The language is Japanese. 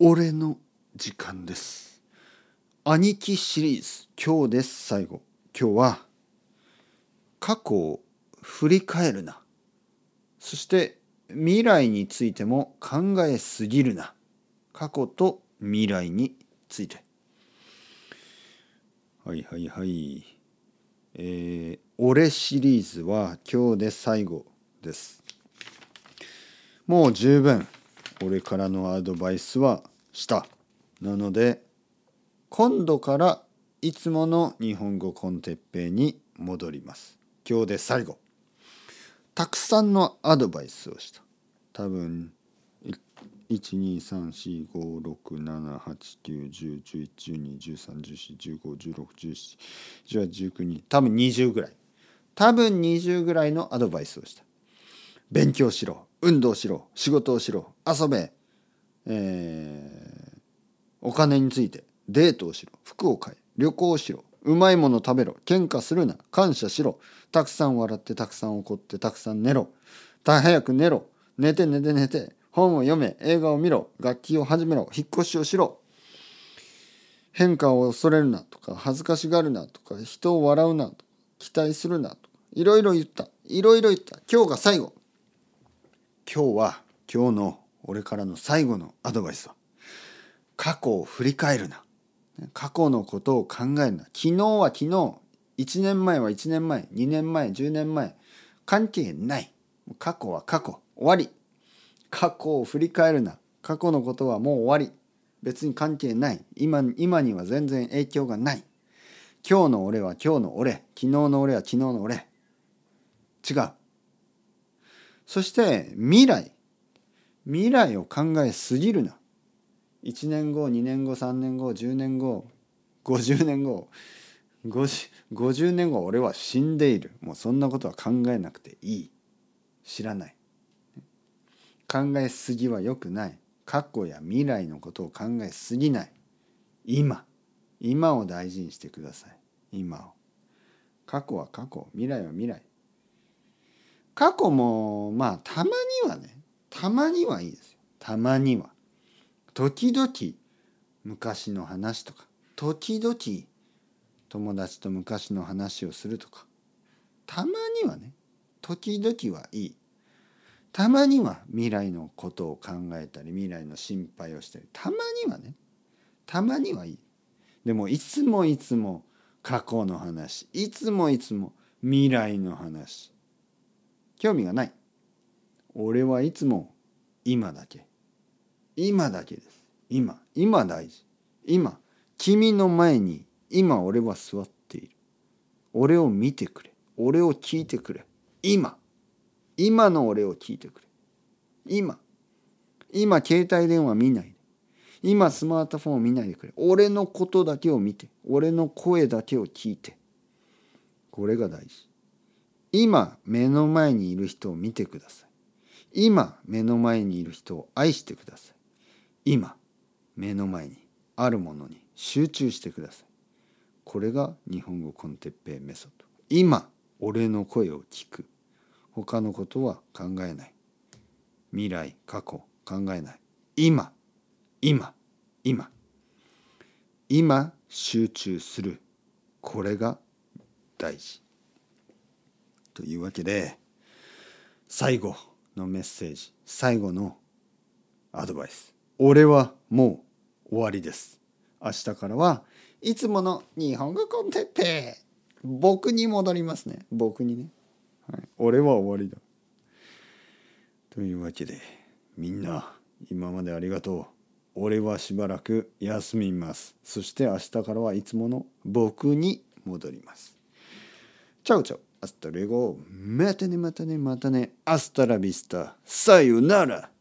俺の時間です。兄貴シリーズ、今日です。最後。今日は過去を振り返るな。そして未来についても考えすぎるな。過去と未来について。はいはいはい。俺シリーズは今日で最後です。もう十分俺からのアドバイスはした。なので今度からいつもの日本語コンテッペイに戻ります。今日で最後。たくさんのアドバイスをした。多分1,2,3,4,5,6,7,8,9,10,11,12,13,14,15,16,17,18,19,20多分20ぐらい。多分20ぐらいのアドバイスをした。勉強しろ、運動しろ、仕事をしろ、遊べ、お金について、デートをしろ、服を買え、旅行をしろ、うまいもの食べろ、喧嘩するな、感謝しろ、たくさん笑って、たくさん怒って、たくさん寝ろ、早く寝ろ、寝て、本を読め、映画を見ろ、楽器を始めろ、引っ越しをしろ、変化を恐れるなとか、恥ずかしがるなとか、人を笑うなとか、期待するなとか、いろいろ言った。今日が最後。今日の俺からの最後のアドバイスは、過去を振り返るな。過去のことを考えるな。昨日は昨日、1年前は1年前、2年前、10年前、関係ない。過去は過去、終わり。過去を振り返るな。過去のことはもう終わり。別に関係ない。今には全然影響がない。今日の俺は今日の俺。昨日の俺は昨日の俺。違う。そして未来を考えすぎるな。1年後、2年後、3年後、10年後、50年後、50年後俺は死んでいる。もうそんなことは考えなくていい。知らない。考えすぎは良くない。過去や未来のことを考えすぎない。今を大事にしてください。今を。過去は過去、未来は未来。過去もまあたまにはいいですよ。たまには。時々昔の話とか、時々友達と昔の話をするとか、たまにはね、時々はいい。たまには未来のことを考えたり、未来の心配をしたり、たまにはいい。でもいつも過去の話、いつも未来の話、興味がない。俺はいつも今だけです。今大事。今、君の前に今俺は座っている。俺を見てくれ。俺を聞いてくれ。今の俺を聞いてくれ。今携帯電話見ないで。今スマートフォンを見ないでくれ。俺のことだけを見て。俺の声だけを聞いて。これが大事。今目の前にいる人を見てください。今目の前にいる人を愛してください。今目の前にあるものに集中してください。これが日本語コンテッペイメソッド。今俺の声を聞く。他のことは考えない。未来過去考えない。今集中する。これが大事。というわけで、最後のメッセージ、最後のアドバイス。俺はもう終わりです。明日からはいつもの日本語コンテッペイ。僕に戻りますね。僕にね。はい、俺は終わりだ。というわけで、みんな今までありがとう。俺はしばらく休みます。そして明日からはいつもの僕に戻ります。チャオチャオ。アスタレゴ。またね。アスタラビスタ。さよなら。